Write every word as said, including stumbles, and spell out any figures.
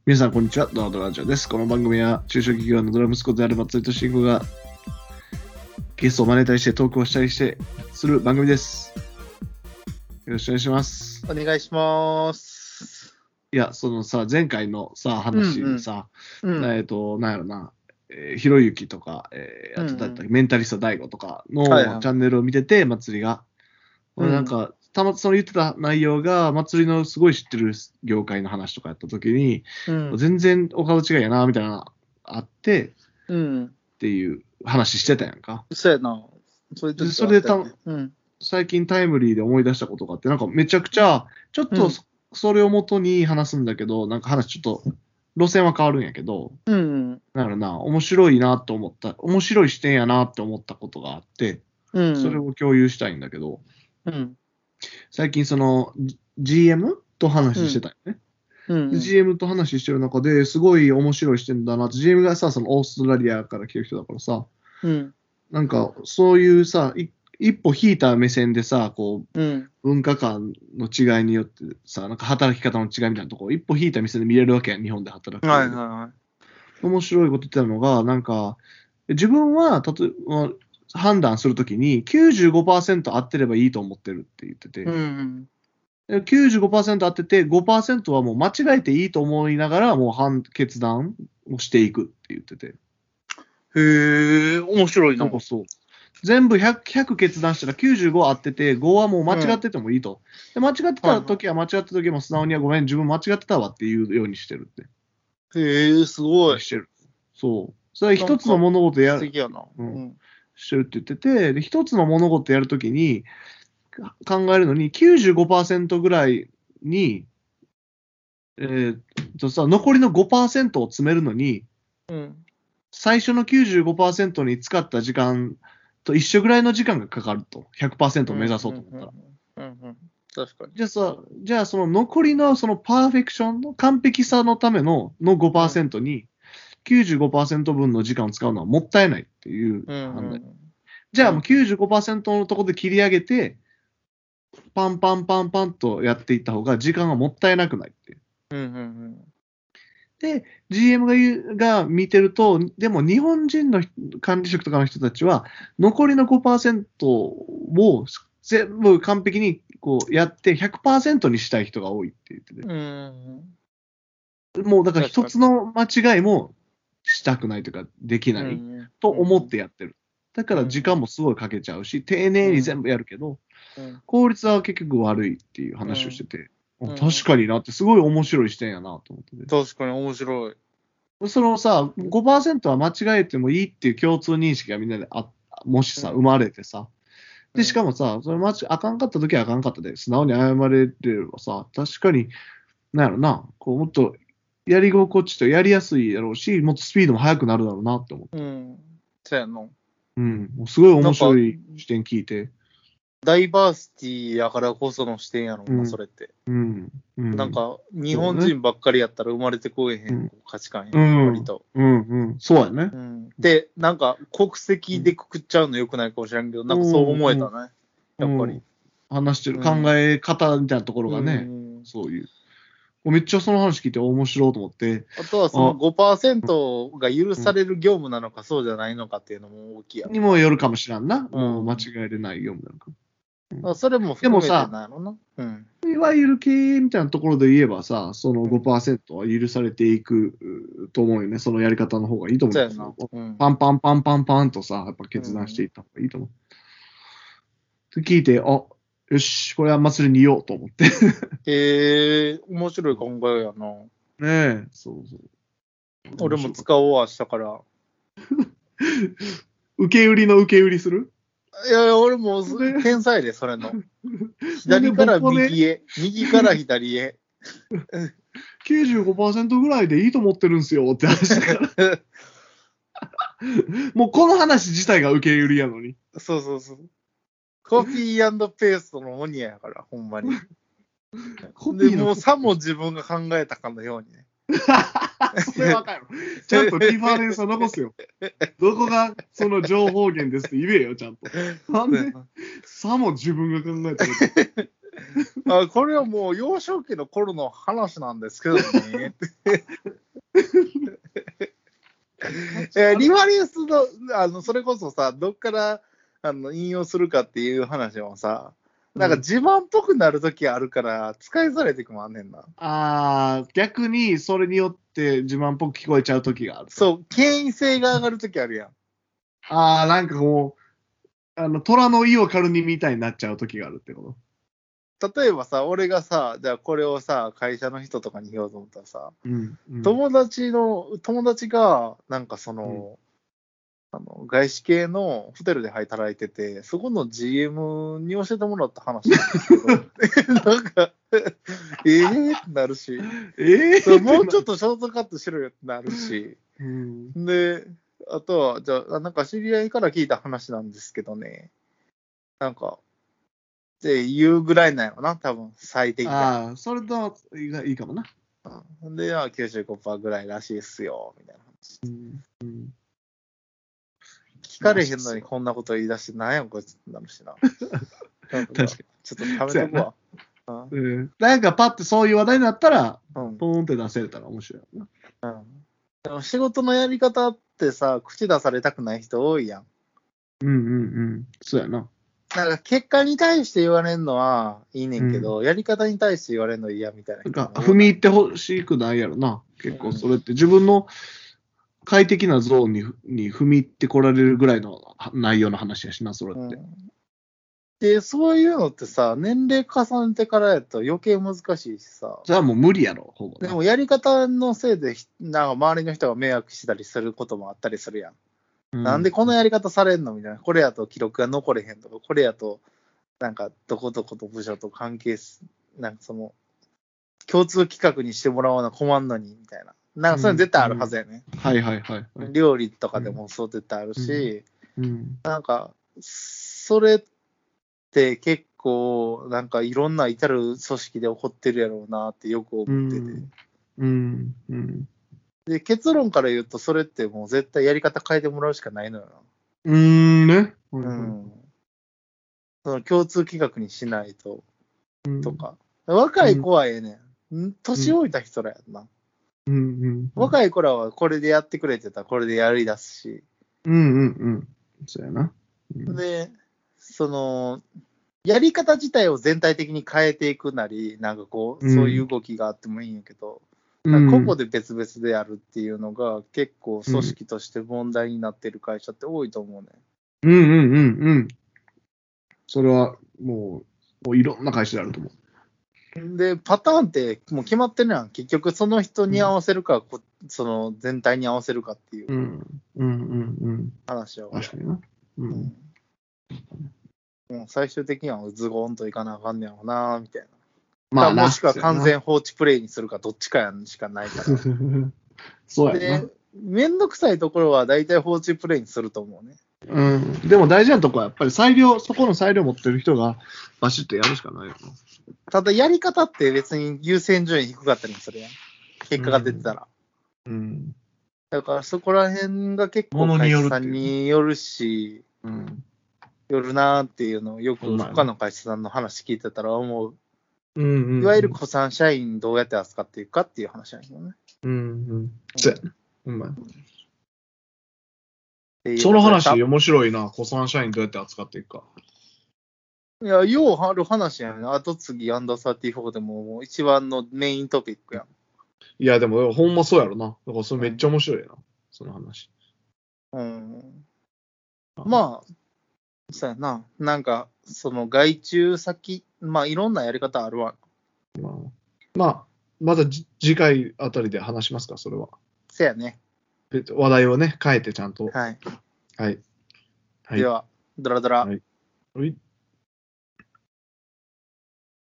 皆さんこんにちは、ドラドラジオです。この番組は中小企業のドラ息子である松井と慎吾がゲストを招いたりしてトークをしたりしてする番組です。よろしくお願いします。 お願いします。 いや、そのさ、前回のさ、話でさ、 うんうんえっと、なんやろな、えー、ひろゆきとか、えー、あとだったっけ、メンタリスト大悟とかのチはいはいャンネルを見てて、祭りが。 うん俺なんか、たまその言ってた内容が、祭りのすごい知ってる業界の話とかやったときに、 うん全然お門違いやな、みたいなのあって、 うんっていう話してたやんか。 そうやな。それでそれでた、 うん最近タイムリーで思い出したことがあって、なんかめちゃくちゃ、ちょっとそ,、それをもとに話すんだけど、なんか話ちょっと、路線は変わるんやけど、 うんなるな、面白いなと思った、面白い視点やなって思ったことがあって、 うんそれを共有したいんだけど、 うん最近その ジーエム と話してたよね。 うんで ジーエム と話してる中ですごい面白い視点だなって、ジーエム がさ、そのオーストラリアから来てる人だからさ、 うんなんかそういうさ、い一歩引いた目線でさ、こう、 うん文化間の違いによってさ、なんか働き方の違いみたいなところ、一歩引いた目線で見れるわけやん、日本で働く。 はいはいは面白いこと言ってたのが、なんか、自分は、例えば、判断するときにきゅうじゅうごパーセント合ってればいいと思ってるって言ってて、 い。うんきゅうじゅうごパーセント合ってて、ごパーセントはもう間違えていいと思いながら、もう判決断をしていくって言ってて。 へえ、面白いな。 そうそう。全部 ひゃく, ひゃく決断したらきゅうじゅうご合ってて、ごはもう間違っててもいいと。で間違ってた時は間違ってた時も素直にはごめん、自分間違ってたわっていうようにしてるって。 へえ、すごい。 してる。そう。それは一つの物事やる。 素敵やな。 ううんん。 してるって言ってて、で一つの物事やるときにか考えるのにきゅうじゅうごパーセントぐらいに、えー、とさ、残りのごパーセントを詰めるのに、 うん。 最初のきゅうじゅうごパーセントに使った時間と一緒ぐらいの時間がかかると。ひゃくパーセントを目指そうと思ったら。 うんうんうんうん。確かに。 じゃあさ、じゃあその残りのそのパーフェクションの完璧さのためのの ごパーセントにきゅうじゅうごパーセント分の時間を使うのはもったいないっていううん判断。 うんじゃあもう きゅうじゅうごパーセント のところで切り上げて、パンパンパンパンとやっていった方が時間がもったいなくないっていう。 うんうんで、ジーエム が言うが見てると、でも日本人の管理職とかの人たちは、残りの ごパーセント を全部完璧にこうやって ひゃくパーセント にしたい人が多いって言ってて。 うん。うん。 もうだから一つの間違いもしたくないというか、できないうんと思ってやってる。だから時間もすごいかけちゃうし、丁寧に全部やるけど、 うん効率は結局悪いっていう話をしてて、 うん確かになってすごい面白い視点やなと思ってて。 確かに面白い。 そのさ、ごパーセント は間違えてもいいっていう共通認識がみんなであもしさ、 うん生まれてさ。で、 うんしかもさ、それ間違あかんかった時はあかんかったで、素直に謝れればさ、確かに、なんやろな、こうもっとやり心地とやりやすいやろうし、もっとスピードも速くなるだろうなって思って。 うん。そうやな。 うん。もうすごい面白い視点聞いて。 ダイバーシティやからこその視点やろな、 うんそれって。 うん。うん。 なんか、日本人ばっかりやったら生まれてこえへん、 うん価値観や、 うん割と。 うんうん。そうやねう。ん。で、なんか、国籍でくくっちゃうのよくないかもしれんけど、なんかそう思えたね。やっぱり。 うん話してるうん考え方みたいなところがね、 うんそういう。めっちゃその話聞いて面白いと思って、 あとはそのごパーセントが許される業務なのかそうじゃないのかっていうのも大きいやろにもよるかもしらんな。 うんもう間違えれないよ、みたいな。 あそれも含めてでもさなんやろな。うん。 いわゆる経営みたいなところで言えばさ、その ごパーセント は許されていくうと思うよね。そのやり方の方がいいと思うそうやな。うん。 パンパンパンパンパンとさ、やっぱ決断していった方がいいと思う。って聞いて、あ、よし、これは祭りに言おうと思って。 へえー、面白い考えやな。 ねえ、そうそう。 俺も使おう明日から。 受け売りの受け売りするいやいや、俺もね天才で、それの。左から右へ、右から左へ。 きゅうじゅうごパーセント ぐらいでいいと思ってるんすよって話だから。もうこの話自体が受け売りやのに。 そうそうそう。コピー&ペーストの鬼やから、ほんまに。で、 コピーのもうさも自分が考えたかのようにね。 それわかる。ちゃんとリファレンスを残すよ。どこがその情報源ですって言えよ、ちゃんと。なんでさも自分が考えたこと。 あ、これはもう幼少期の頃の話なんですけどね。えリファレンスの、あの、それこそさ、どっからあの引用するかっていう話もさ、なんか自慢っぽくなるときあるから、使いされてくもあんねんな。 ああ、逆にそれによって自慢っぽく聞こえちゃう時がある。 そう、権威性が上がるときあるやん。 ああ、なんかこう、あの、虎の意を狩るにみたいになっちゃう時があるってこ例えばさ、俺がさ、じゃあこれをさ、会社の人とかに言おうと思ったらさ、 と。うん。うん、 友達の、友達が、なんかその、あの外資系のホテルで働いてて、そこの ジーエム に教えてもらった話なんですけど、なんか、えーってなるし、 ええそうもうちょっとショートカットしろよってなるし、 うん。 で、あとは、じゃあ、なんか知り合いから聞いた話なんですけどね、なんか、っていうぐらいなんやろな、多分最適が。 ああ、それといいがいいかもな。 うんで、あきゅうじゅうごパーセントぐらいらしいっすよ、みたいな話。 うん。うん、 聞かれへんのにこんなこと言い出して、なんやんこいつってなるしな。 確かに。 ちょっと食べとくわ。 うん、なんかパッてそういう話題になったら、 うんポーンって出せれたら面白いな。 うんでも仕事のやり方ってさ、口出されたくない人多いやん。 うんうんうん。そうやな。 なんか結果に対して言われるのはいいねんけど、やり方に対して言われるの嫌みたいななんか人も多い。 踏み入ってほしくないやろな。結構それって自分の快適なゾーンにに踏み入ってこられるぐらいの内容の話やしな、それって。 うんで、そういうのってさ、年齢重ねてからやと余計難しいしさ。 それはもう無理やろ、ほぼな。 でもやり方のせいで、なんか周りの人が迷惑したりすることもあったりするやん。 うんなんでこのやり方されんのみたいな。これやと記録が残れへんとか、これやと、なんかどこどこと部署と関係す、なんかその、共通企画にしてもらわな困んのに、みたいな。なんかそういうの絶対あるはずやね。 はいはいはい、はい。 料理とかでもそう絶対あるし、 うん。 なんか、それって結構、なんかいろんな至る組織で起こってるやろうなってよく思ってて。 うん。うん。うん。 で、結論から言うと、それってもう絶対やり方変えてもらうしかないのようーんね。 な。うん。その共通企画にしないと、 うんとか。若い子はええねん。年老いた人らやんな。 うんうん。 若い子らはこれでやってくれてたらこれでやり出すし。 うんうんうん。そうやな。うんで、その、やり方自体を全体的に変えていくなり、なんかこう、 うんそういう動きがあってもいいんやけど、 うん個々で別々でやるっていうのが結構組織として問題になってる会社って多いと思うね。 うんうんうんうん。それはもう、もういろんな会社であると思う。 で、パターンってもう決まってるやん。結局その人に合わせるか、こその全体に合わせるかっていううんうんうんうん。 話は。 確かにな。ううんん。もう最終的にはズゴンといかなあかんねやろな、みたいな。 まあな。 もしくは完全放置プレイにするか、どっちかやんしかないから。 そうやなで。、めんどくさいところは大体放置プレイにすると思うね。 うん。でも大事なとこはやっぱり裁量、そこの裁量を持ってる人がバシッとやるしかないよな。 ただやり方って別に優先順位低かったりもするやん。結果が出てたら。 うん。 だからそこら辺が結構ものに会よるっていう社さんによるし、 うん。 よるなーっていうのをよくほんまやな他の会社さんの話聞いてたら思う。 うんうんうん。 いわゆる古参社員どうやって扱っていくかっていう話なんですよね。 うんうん。そうやな。ほんまやっていうその話面白いな。古参社員どうやって扱っていくか。 いや、ようある話やね。後次アンダーサーティーフォーでももう一番のメイントピックやん。 いや、でもほんまそうやろな。だからそれめっちゃ面白いな。その話。 うん。まあ、そうやな。なんか、その外注先、まあいろんなやり方あるわ。 まあ、まあ、またじ次回あたりで話しますか、それは。 せやね。 で話題をね、変えてちゃんと。 はい。 はい。はい。 では、ドラドラ。 はいはい